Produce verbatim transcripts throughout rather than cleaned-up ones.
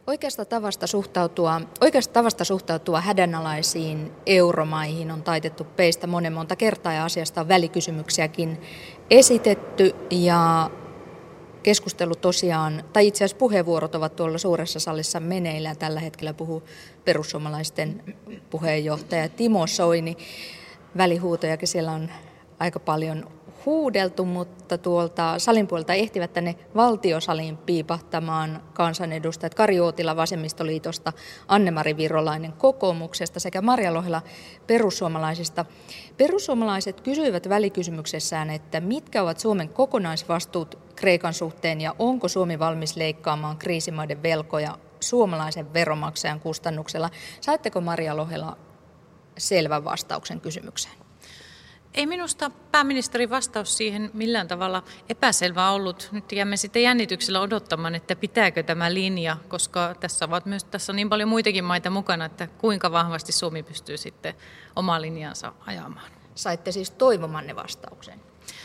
Oikeasta tavasta suhtautua, oikeasta tavasta suhtautua hädänalaisiin euromaihin on taitettu peistä monen monta kertaa ja asiasta on välikysymyksiäkin esitetty ja keskustelu tosiaan, tai itse asiassa puheenvuorot ovat tuolla suuressa salissa meneillään. Tällä hetkellä puhuu perussuomalaisten puheenjohtaja Timo Soini. Välihuutojakin siellä on aika paljon huudeltu, mutta tuolta salin puolelta ehtivät tänne valtiosaliin piipahtamaan kansanedustajat Kari Uotila Vasemmistoliitosta, Anne-Mari Virolainen kokoomuksesta sekä Marja Lohela perussuomalaisista. Perussuomalaiset kysyivät välikysymyksessään, että mitkä ovat Suomen kokonaisvastuut Kreikan suhteen ja onko Suomi valmis leikkaamaan kriisimaiden velkoja suomalaisen veronmaksajan kustannuksella. Saitteko Marja Lohela selvän vastauksen kysymykseen? Ei minusta pääministerin vastaus siihen millään tavalla epäselvä ollut. Nyt jäämme sitten jännityksellä odottamaan, että pitääkö tämä linja, koska tässä ovat myös tässä on niin paljon muitakin maita mukana, että kuinka vahvasti Suomi pystyy sitten omaa linjansa ajamaan. Saitte siis toivomanne vastauksen?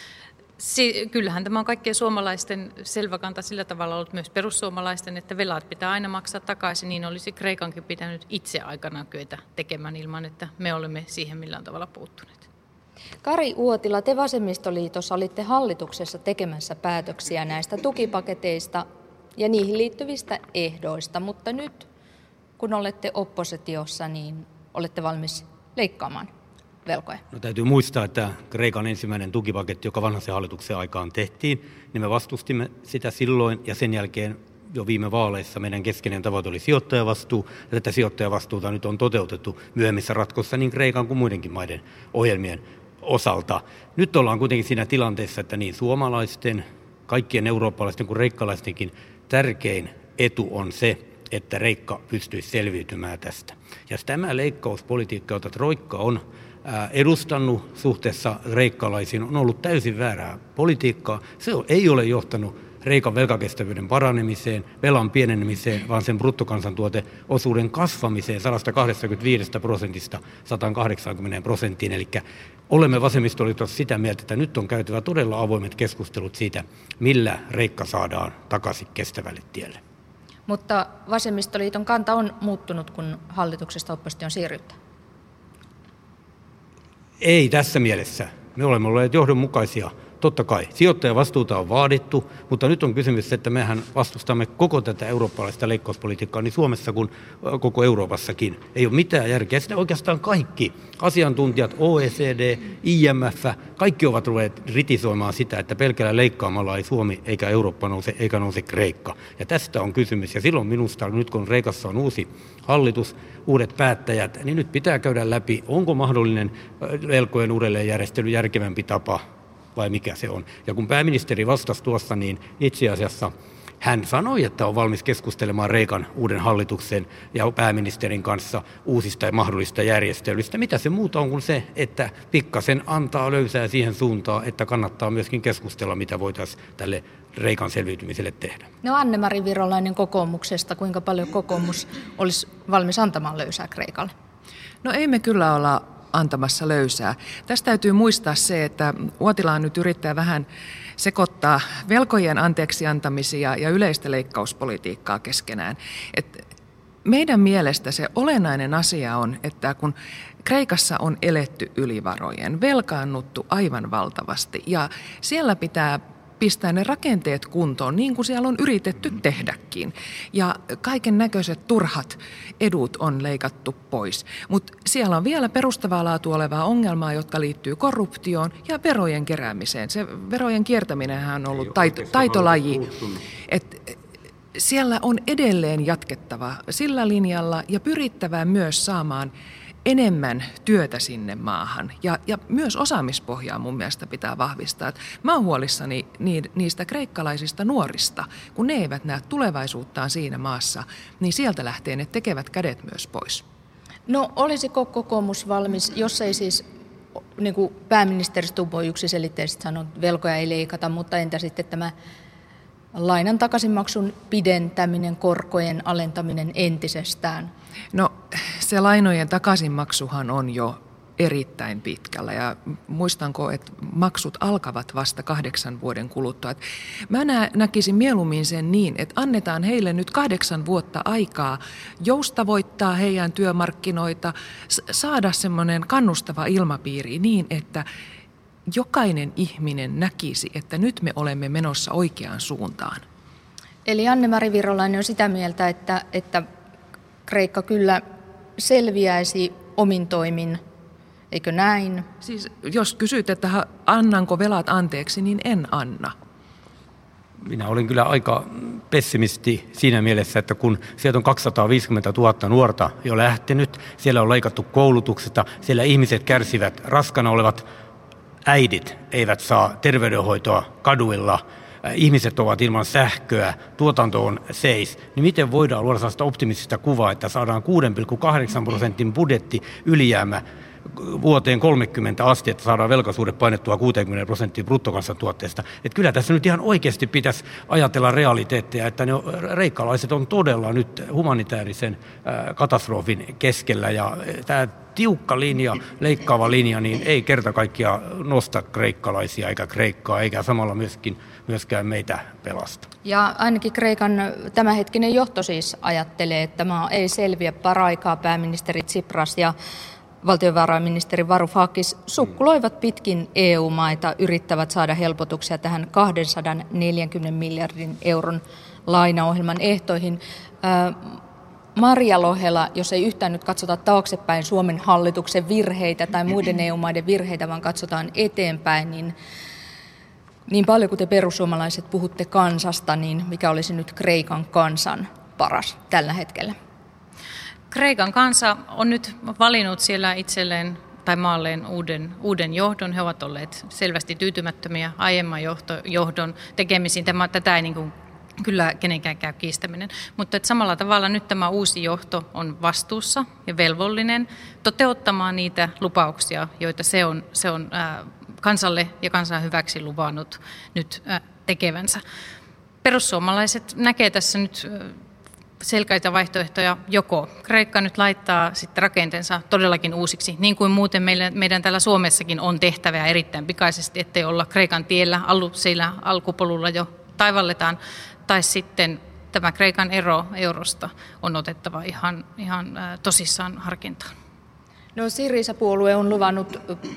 Si- kyllähän tämä on kaikkien suomalaisten selvä kanta sillä tavalla ollut myös perussuomalaisten, että velat pitää aina maksaa takaisin, niin olisi Kreikankin pitänyt itse aikanaan kyetä tekemään ilman, että me olemme siihen millään tavalla puuttuneet. Kari Uotila, te Vasemmistoliitossa olitte hallituksessa tekemässä päätöksiä näistä tukipaketeista ja niihin liittyvistä ehdoista, mutta nyt kun olette oppositiossa, niin olette valmis leikkaamaan velkoja. No, täytyy muistaa, että Kreikan ensimmäinen tukipaketti, joka Vanhasen hallituksen aikaan tehtiin, niin me vastustimme sitä silloin ja sen jälkeen jo viime vaaleissa meidän keskeinen tavoite oli sijoittajavastuu, ja tätä sijoittajavastuuta nyt on toteutettu myöhemmissä ratkossa niin Kreikan kuin muidenkin maiden ohjelmien osalta. Nyt ollaan kuitenkin siinä tilanteessa, että niin suomalaisten, kaikkien eurooppalaisten kuin kreikkalaistenkin tärkein etu on se, että Kreikka pystyisi selviytymään tästä. Ja tämä leikkauspolitiikka, jota Troikka on edustanut suhteessa kreikkalaisiin, on ollut täysin väärää politiikkaa. Se ei ole johtanut Kreikan velkakestävyyden paranemiseen, velan pienenemiseen, vaan sen bruttokansantuoteosuuden kasvamiseen sata kaksikymmentäviisi prosentista sata kahdeksankymmentä prosenttiin. Eli olemme vasemmistoliitossa sitä mieltä, että nyt on käytävä todella avoimet keskustelut siitä, millä Kreikka saadaan takaisin kestävälle tielle. Mutta vasemmistoliiton kanta on muuttunut, kun hallituksesta opposition siirrytään. Ei tässä mielessä. Me olemme olleet johdonmukaisia. Totta kai sijoittajavastuuta on vaadittu, mutta nyt on kysymys, että mehän vastustamme koko tätä eurooppalaista leikkauspolitiikkaa niin Suomessa kuin koko Euroopassakin. Ei ole mitään järkeä. Sitä oikeastaan kaikki asiantuntijat, O E C D, I M F, kaikki ovat ruveet kritisoimaan sitä, että pelkällä leikkaamalla ei Suomi eikä Eurooppa nouse eikä nouse Kreikka. Ja tästä on kysymys. Ja silloin minusta, nyt kun Kreikassa on uusi hallitus, uudet päättäjät, niin nyt pitää käydä läpi, onko mahdollinen velkojen uudelleenjärjestely järkevämpi tapa vai mikä se on. Ja kun pääministeri vastasi tuossa, niin itse asiassa hän sanoi, että on valmis keskustelemaan Kreikan uuden hallituksen ja pääministerin kanssa uusista ja mahdollisista järjestelyistä. Mitä se muuta on kuin se, että pikkasen antaa löysää siihen suuntaan, että kannattaa myöskin keskustella, mitä voitaisiin tälle Kreikan selviytymiselle tehdä. No, Anne-Mari Virolainen kokoomuksesta, kuinka paljon kokoomus olisi valmis antamaan löysää Kreikalle? No ei me kyllä olla antamassa löysää. Tästä täytyy muistaa se, että Uotila nyt yrittää vähän sekoittaa velkojen anteeksi antamisia ja yleistä leikkauspolitiikkaa keskenään. Et meidän mielestä se olennainen asia on, että kun Kreikassa on eletty ylivarojen, velkaannuttu aivan valtavasti ja siellä pitää pistää ne rakenteet kuntoon, niin kuin siellä on yritetty tehdäkin. Ja kaiken näköiset turhat edut on leikattu pois. Mutta siellä on vielä perustavaa laatua olevaa ongelmaa, jotka liittyy korruptioon ja verojen keräämiseen. Se verojen kiertäminenhän on ollut taito, taitolaji. Et siellä on edelleen jatkettava sillä linjalla ja pyrittävä myös saamaan enemmän työtä sinne maahan. Ja, ja myös osaamispohjaa mun mielestä pitää vahvistaa. Et mä oon huolissani niistä kreikkalaisista nuorista, kun ne eivät näe tulevaisuuttaan siinä maassa, niin sieltä lähtee ne tekevät kädet myös pois. No, olisiko kokoomus valmis, jos ei siis, niin kuin pääministeri Stubb on yksiselitteisesti sanonut, velkoja ei leikata, mutta entä sitten tämä lainan takaisinmaksun pidentäminen, korkojen alentaminen entisestään? No, se lainojen takaisinmaksuhan on jo erittäin pitkällä ja muistanko, että maksut alkavat vasta kahdeksan vuoden kuluttua. Et mä nä- näkisin mieluummin sen niin, että annetaan heille nyt kahdeksan vuotta aikaa joustavoittaa heidän työmarkkinoita, saada semmoinen kannustava ilmapiiri niin, että jokainen ihminen näkisi, että nyt me olemme menossa oikeaan suuntaan. Eli Anne-Mari Virolainen on sitä mieltä, että, että Kreikka kyllä selviäisi omin toimin. Eikö näin? Siis jos kysyt, että annanko velat anteeksi, niin en anna. Minä olin kyllä aika pessimisti siinä mielessä, että kun sieltä on kaksisataaviisikymmentätuhatta nuorta jo lähtenyt, siellä on leikattu koulutuksesta, siellä ihmiset kärsivät, raskana olevat äidit eivät saa terveydenhoitoa kaduilla, ihmiset ovat ilman sähköä, tuotanto on seis, niin miten voidaan luoda sellaista optimistista kuvaa, että saadaan kuusi pilkku kahdeksan prosentin budjetti ylijäämä vuoteen kolmekymmentä asti, että saadaan velkaisuudet painettua kuusikymmentä prosenttia bruttokansantuotteesta. Että kyllä tässä nyt ihan oikeasti pitäisi ajatella realiteetteja, että ne kreikkalaiset on todella nyt humanitaarisen katastrofin keskellä ja tämä tiukka linja, leikkaava linja, niin ei kerta kaikkiaan nosta kreikkalaisia eikä Kreikkaa, eikä samalla myöskin, myöskään meitä pelasta. Ja ainakin Kreikan tämänhetkinen johto siis ajattelee, että maa ei selviä paraikaa. Pääministeri Tsipras ja valtiovarainministeri Varoufakis sukkuloivat pitkin E U-maita, yrittävät saada helpotuksia tähän kaksisataaneljäkymmentä miljardin euron lainaohjelman ehtoihin. Maria Lohela, jos ei yhtään nyt katsota taaksepäin Suomen hallituksen virheitä tai muiden E U-maiden virheitä, vaan katsotaan eteenpäin, niin niin paljon kuin te perussuomalaiset puhutte kansasta, niin mikä olisi nyt Kreikan kansan paras tällä hetkellä? Kreikan kansa on nyt valinnut siellä itselleen tai maalleen uuden, uuden johdon. He ovat olleet selvästi tyytymättömiä aiemman johto, johdon tekemisiin. Tämä, tätä ei niin kuin kyllä kenenkään käy kiistäminen. Mutta että samalla tavalla nyt tämä uusi johto on vastuussa ja velvollinen toteuttamaan niitä lupauksia, joita se on, se on ää, kansalle ja kansan hyväksi luvannut nyt ää, tekevänsä. Perussuomalaiset näkee tässä nyt selkeitä vaihtoehtoja. Joko Kreikka nyt laittaa sitten rakenteensa todellakin uusiksi, niin kuin muuten meillä, meidän täällä Suomessakin on tehtävää erittäin pikaisesti, ettei olla Kreikan tiellä, allu, siellä alkupolulla jo taivalletaan, tai sitten tämä Kreikan ero eurosta on otettava ihan, ihan äh, tosissaan harkintaan. No Syriza-puolue on luvannut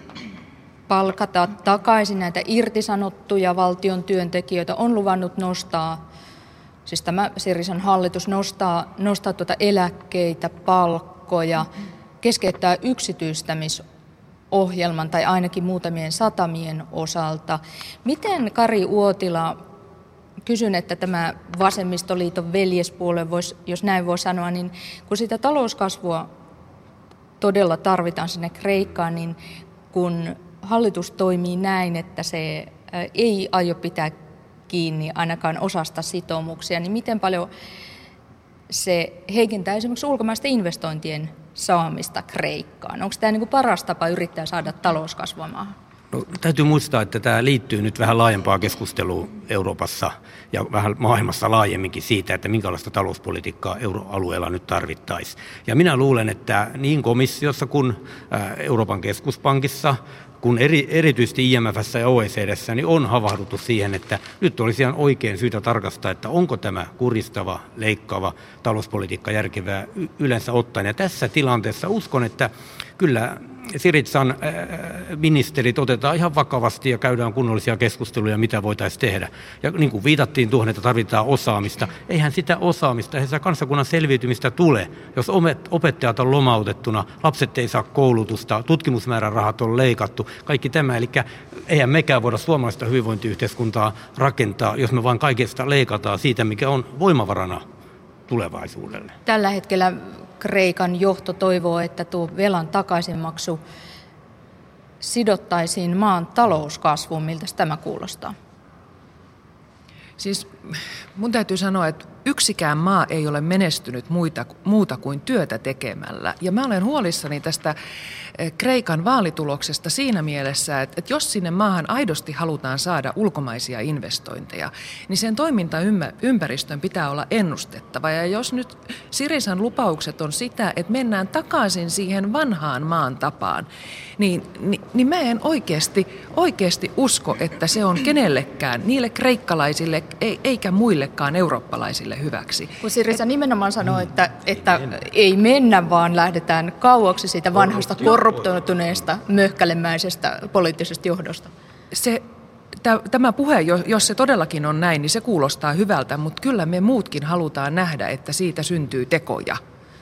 palkata takaisin näitä irtisanottuja valtion työntekijöitä, on luvannut nostaa, siis tämä Syrizan hallitus nostaa, nostaa tuota eläkkeitä, palkkoja, keskeyttää yksityistämisohjelman tai ainakin muutamien satamien osalta. Miten Kari Uotila, kysyn, että tämä vasemmistoliiton veljespuolue, voisi, jos näin voi sanoa, niin kun sitä talouskasvua todella tarvitaan sinne Kreikkaan, niin kun hallitus toimii näin, että se ei aio pitää kiinni ainakaan osasta sitoumuksia, niin miten paljon se heikentää esimerkiksi ulkomaisten investointien saamista Kreikkaan? Onko tämä niin kuin paras tapa yrittää saada talouskasvua maahan? No, täytyy muistaa, että tämä liittyy nyt vähän laajempaan keskusteluun Euroopassa ja vähän maailmassa laajemminkin siitä, että minkälaista talouspolitiikkaa euroalueella nyt tarvittaisiin. Ja minä luulen, että niin komissiossa kuin Euroopan keskuspankissa, kun eri, erityisesti I M F:ssä ja O E C D:ssä, niin on havahduttu siihen, että nyt olisi ihan oikein syytä tarkastaa, että onko tämä kuristava, leikkaava talouspolitiikka järkevää yleensä ottaen. Ja tässä tilanteessa uskon, että kyllä Syrizan ministerit otetaan ihan vakavasti ja käydään kunnollisia keskusteluja, mitä voitaisiin tehdä. Ja niin kuin viitattiin tuohon, että tarvitaan osaamista. Eihän sitä osaamista, eihän sitä kansakunnan selviytymistä tule, jos opettajat on lomautettuna, lapset ei saa koulutusta, tutkimusmäärärahat on leikattu, kaikki tämä. Eli eihän mekään voida suomalaista hyvinvointiyhteiskuntaa rakentaa, jos me vain kaikesta leikataan siitä, mikä on voimavarana tulevaisuudelle. Tällä hetkellä Kreikan johto toivoo, että tuo velan takaisinmaksu sidottaisiin maan talouskasvuun. Miltä tämä kuulostaa? Siis mun täytyy sanoa, että yksikään maa ei ole menestynyt muita, muuta kuin työtä tekemällä. Ja mä olen huolissani tästä Kreikan vaalituloksesta siinä mielessä, että, että jos sinne maahan aidosti halutaan saada ulkomaisia investointeja, niin sen toimintaympäristön pitää olla ennustettava. Ja jos nyt Syrizan lupaukset on sitä, että mennään takaisin siihen vanhaan maan tapaan, niin, niin, niin mä en oikeasti, oikeasti usko, että se on kenellekään, niille kreikkalaisille eikä muillekaan eurooppalaisille hyväksi. Kun Syriza nimenomaan sanoo, että, että ei mennä, vaan lähdetään kauaksi siitä vanhasta korruptoituneesta, möhkälemäisestä poliittisesta johdosta. Se, tämä puhe, jos se todellakin on näin, niin se kuulostaa hyvältä, mutta kyllä me muutkin halutaan nähdä, että siitä syntyy tekoja.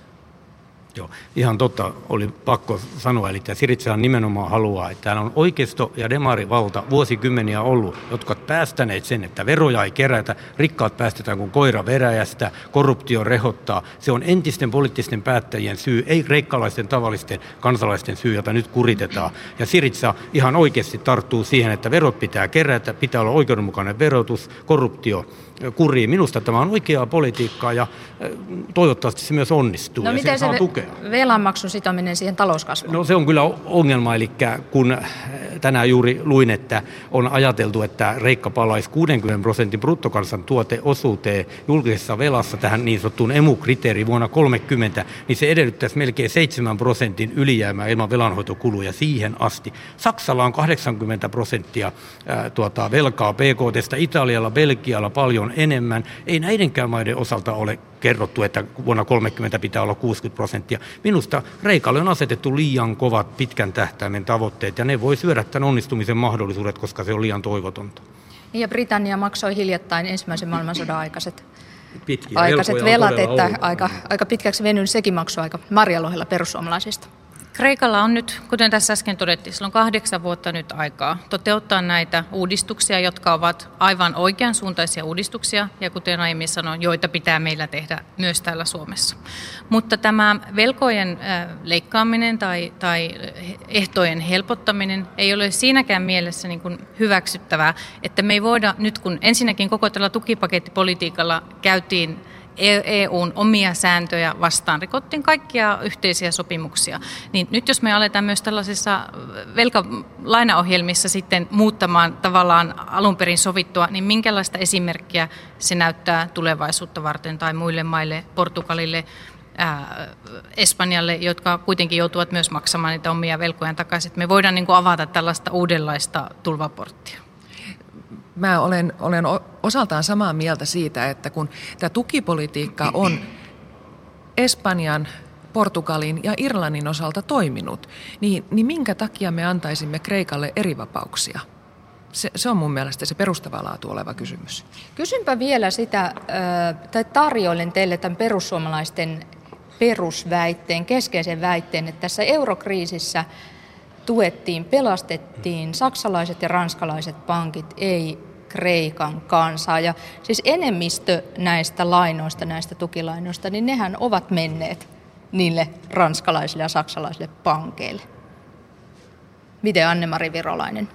Joo, ihan totta oli pakko sanoa, eli Syriza nimenomaan haluaa, että täällä on oikeisto- ja demarivalta vuosikymmeniä ollut, jotka ovat päästäneet sen, että veroja ei kerätä, rikkaat päästetään kuin koira veräjästä, korruptio rehottaa. Se on entisten poliittisten päättäjien syy, ei kreikkalaisten tavallisten kansalaisten syy, jota nyt kuritetaan. Ja Syriza ihan oikeasti tarttuu siihen, että verot pitää kerätä, pitää olla oikeudenmukainen verotus, korruptio kuriin. Minusta tämä on oikeaa politiikkaa ja toivottavasti se myös onnistuu. No ja miten se tukea. Velanmaksun sitominen siihen talouskasvuun? No se on kyllä ongelma, eli kun tänään juuri luin, että on ajateltu, että Kreikka palaisi kuudenkymmenen prosentin bruttokansantuoteosuuteen julkisessa velassa tähän niin sanottuun emu-kriteeriin vuonna kolmekymmentä, niin se edellyttäisi melkein seitsemän prosentin ylijäämää ilman velanhoitokuluja siihen asti. Saksalla on kahdeksankymmentä prosenttia ää, tuota, velkaa B K T:stä, Italialla, Belgialla paljon enemmän. Ei näidenkään maiden osalta ole kerrottu, että vuonna kolmekymmentä pitää olla kuusikymmentä prosenttia. Minusta Kreikalle on asetettu liian kovat pitkän tähtäimen tavoitteet, ja ne voi syödä tämän onnistumisen mahdollisuudet, koska se on liian toivotonta. Ja Britannia maksoi hiljattain ensimmäisen maailmansodan aikaiset, Pitkiä aikaiset velat, että aika, aika pitkäksi venynyt sekin maksuaika Marja Lohela perussuomalaisista. Kreikalla on nyt, kuten tässä äsken todettiin, sillä on kahdeksan vuotta nyt aikaa toteuttaa näitä uudistuksia, jotka ovat aivan oikeansuuntaisia uudistuksia, ja kuten aiemmin sanoin, joita pitää meillä tehdä myös täällä Suomessa. Mutta tämä velkojen leikkaaminen tai, tai ehtojen helpottaminen ei ole siinäkään mielessä niin kuin hyväksyttävää, että me ei voida nyt, kun ensinnäkin koko tällä tukipakettipolitiikalla käytiin E U:n omia sääntöjä vastaan, rikottiin kaikkia yhteisiä sopimuksia, niin nyt jos me aletaan myös tällaisissa velkalainaohjelmissa sitten muuttamaan tavallaan alun perin sovittua, niin minkälaista esimerkkiä se näyttää tulevaisuutta varten tai muille maille, Portugalille, ää, Espanjalle, jotka kuitenkin joutuvat myös maksamaan niitä omia velkojaan takaisin. Me voidaan niin kuin avata tällaista uudenlaista tulvaporttia. Mä olen, olen osaltaan samaa mieltä siitä, että kun tämä tukipolitiikka on Espanjan, Portugalin ja Irlannin osalta toiminut, niin, niin minkä takia me antaisimme Kreikalle erivapauksia? Se, se on mun mielestä se perustavaa laatu oleva kysymys. Kysynpä vielä sitä, tai tarjoilen teille tämän perussuomalaisten perusväitteen, keskeisen väitteen, että tässä eurokriisissä tuettiin, pelastettiin saksalaiset ja ranskalaiset pankit, ei Kreikan kansaa. Ja siis enemmistö näistä lainoista, näistä tukilainoista, niin nehän ovat menneet niille ranskalaisille ja saksalaisille pankeille. Miten Anne-Mari Virolainen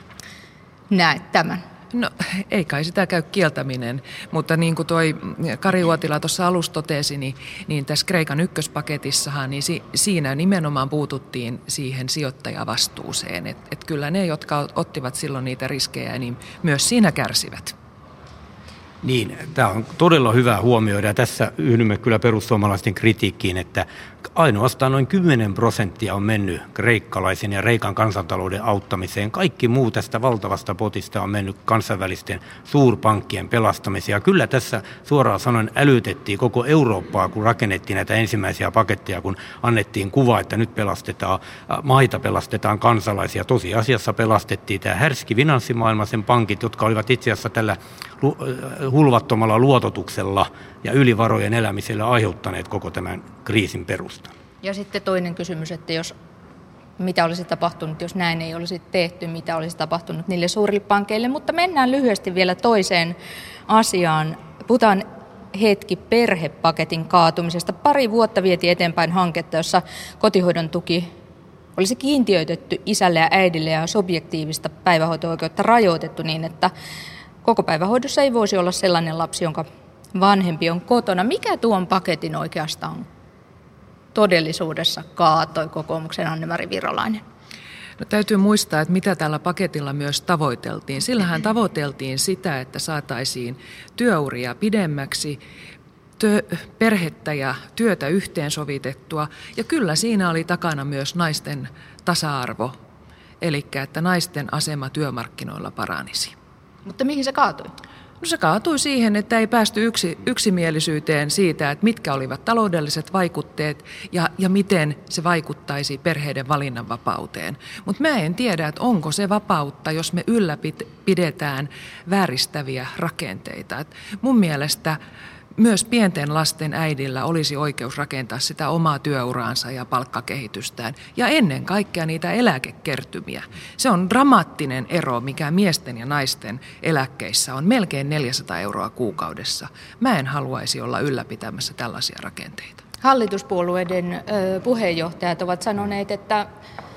näet tämän? No ei kai sitä käy kieltäminen, mutta niin kuin toi Kari Uotila tuossa alussa totesi, niin, niin tässä Kreikan ykköspaketissahan, niin si, siinä nimenomaan puututtiin siihen sijoittajavastuuseen. Että et kyllä ne, jotka ottivat silloin niitä riskejä, niin myös siinä kärsivät. Niin, tämä on todella hyvä huomioida, ja tässä yhdymme kyllä perussuomalaisten kritiikkiin, että ainoastaan noin kymmenen prosenttia on mennyt kreikkalaisen ja Kreikan kansantalouden auttamiseen. Kaikki muu tästä valtavasta potista on mennyt kansainvälisten suurpankkien pelastamiseen. Ja kyllä tässä suoraan sanoen älytettiin koko Eurooppaa, kun rakennettiin näitä ensimmäisiä paketteja, kun annettiin kuva, että nyt pelastetaan maita, pelastetaan kansalaisia. Tosiasiassa pelastettiin tämä härski finanssimaailma, sen pankit, jotka olivat itse asiassa tällä hulvattomalla luototuksella ja ylivarojen elämisellä aiheuttaneet koko tämän kriisin perusta. Ja sitten toinen kysymys, että jos, mitä olisi tapahtunut, jos näin ei olisi tehty, mitä olisi tapahtunut niille suurille pankeille. Mutta mennään lyhyesti vielä toiseen asiaan. Puhutaan hetki perhepaketin kaatumisesta. Pari vuotta vietiin eteenpäin hanketta, jossa kotihoidon tuki olisi kiintiöitetty isälle ja äidille ja subjektiivista päivähoito-oikeutta rajoitettu niin, että koko päivähoidossa ei voisi olla sellainen lapsi, jonka vanhempi on kotona. Mikä tuon paketin oikeastaan todellisuudessa kaatoi kokoomuksen Anne-Mari Virolainen? No, täytyy muistaa, että mitä tällä paketilla myös tavoiteltiin. Sillähän tavoiteltiin sitä, että saataisiin työuria pidemmäksi, työ, perhettä ja työtä yhteensovitettua. Ja kyllä siinä oli takana myös naisten tasa-arvo, eli että naisten asema työmarkkinoilla paranisi. Mutta mihin se kaatui? No, se kaatui siihen, että ei päästy yksi, yksimielisyyteen siitä, että mitkä olivat taloudelliset vaikutteet ja, ja miten se vaikuttaisi perheiden valinnanvapauteen. Mutta mä en tiedä, että onko se vapautta, jos me ylläpidetään vääristäviä rakenteita. Et mun mielestä myös pienten lasten äidillä olisi oikeus rakentaa sitä omaa työuraansa ja palkkakehitystään ja ennen kaikkea niitä eläkekertymiä. Se on dramaattinen ero, mikä miesten ja naisten eläkkeissä on melkein neljäsataa euroa kuukaudessa. Mä en haluaisi olla ylläpitämässä tällaisia rakenteita. Hallituspuolueiden ö, puheenjohtajat ovat sanoneet, että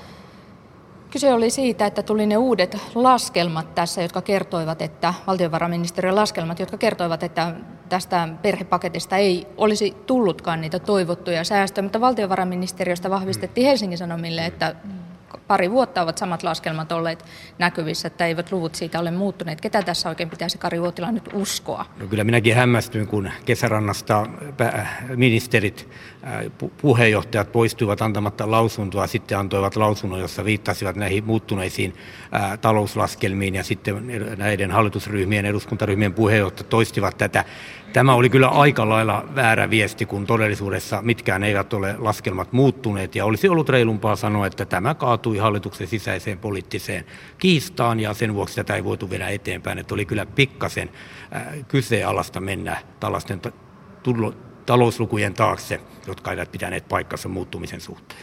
kyse oli siitä, että tuli ne uudet laskelmat tässä, jotka kertoivat, että valtiovarainministeriön laskelmat, jotka kertoivat, että tästä perhepaketista ei olisi tullutkaan niitä toivottuja säästöjä, mutta valtiovarainministeriöstä vahvistettiin Helsingin Sanomille, että pari vuotta ovat samat laskelmat olleet näkyvissä, että eivät luvut siitä ole muuttuneet. Ketä tässä oikein pitäisi Kari Uotila nyt uskoa? No, kyllä minäkin hämmästyin, kun Kesärannasta ministerit, puheenjohtajat poistuivat antamatta lausuntoa, sitten antoivat lausunnon, jossa viittasivat näihin muuttuneisiin ää, talouslaskelmiin ja sitten näiden hallitusryhmien, eduskuntaryhmien puheenjohtajat toistivat tätä. Tämä oli kyllä aika lailla väärä viesti, kun todellisuudessa mitkään eivät ole laskelmat muuttuneet ja olisi ollut reilumpaa sanoa, että tämä kaatui hallituksen sisäiseen poliittiseen kiistaan ja sen vuoksi tätä ei voitu viedä eteenpäin. Että oli kyllä pikkasen äh, kyseenalaista mennä tällaisten ta- tullo- talouslukujen taakse, jotka eivät pitäneet paikkansa muuttumisen suhteen.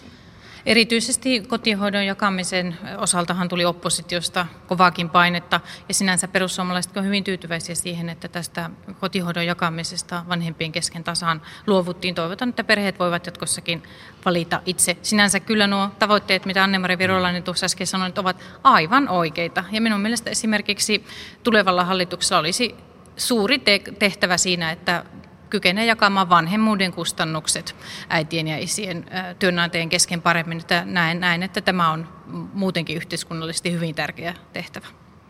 Erityisesti kotihoidon jakamisen osaltahan tuli oppositiosta kovaakin painetta ja sinänsä perussuomalaiset on hyvin tyytyväisiä siihen, että tästä kotihoidon jakamisesta vanhempien kesken tasaan luovuttiin. Toivotan, että perheet voivat jatkossakin valita itse. Sinänsä kyllä nuo tavoitteet, mitä Anne-Mari Virolainen tuossa äsken sanoi, ovat aivan oikeita. Ja minun mielestä esimerkiksi tulevalla hallituksella olisi suuri tehtävä siinä, että kykenee jakamaan vanhemmuuden kustannukset äitien ja isien työnantajien kesken paremmin. Että näen, näen, että tämä on muutenkin yhteiskunnallisesti hyvin tärkeä tehtävä.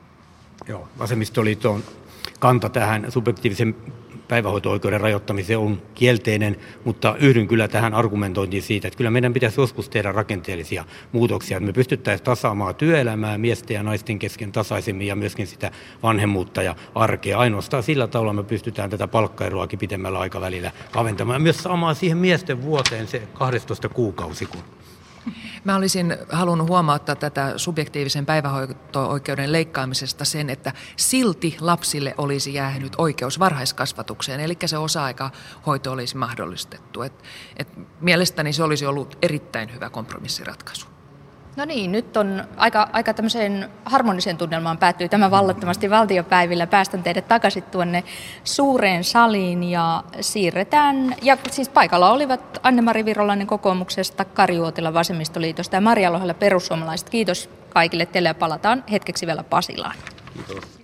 Joo, vasemmistoliiton kanta tähän subjektiivisen päivähoito-oikeuden rajoittamiseen on kielteinen, mutta yhdyn kyllä tähän argumentointiin siitä, että kyllä meidän pitäisi joskus tehdä rakenteellisia muutoksia, että me pystyttäisiin tasaamaan työelämää miesten ja naisten kesken tasaisemmin ja myöskin sitä vanhemmuutta ja arkea. Ainoastaan sillä tavalla me pystytään tätä palkkaeroakin pitemmällä aikavälillä kaventamaan ja myös saamaan siihen miesten vuoteen se kaksitoista kuukausi. Kun Mä olisin halunnut huomauttaa tätä subjektiivisen päivähoito-oikeuden leikkaamisesta sen, että silti lapsille olisi jäänyt oikeus varhaiskasvatukseen, eli se osa-aikahoito olisi mahdollistettu. Et, et mielestäni se olisi ollut erittäin hyvä kompromissiratkaisu. No niin, nyt on aika, aika tämmöiseen harmoniseen tunnelmaan päättyy tämä vallattomasti valtiopäivillä. Päästän teidät takaisin tuonne suureen saliin ja siirretään, ja siis paikalla olivat Anne-Mari Virolainen kokoomuksesta, Kari Uotila vasemmistoliitosta ja Maria Lohela perussuomalaiset. Kiitos kaikille teille ja palataan hetkeksi vielä Pasilaan. Kiitos.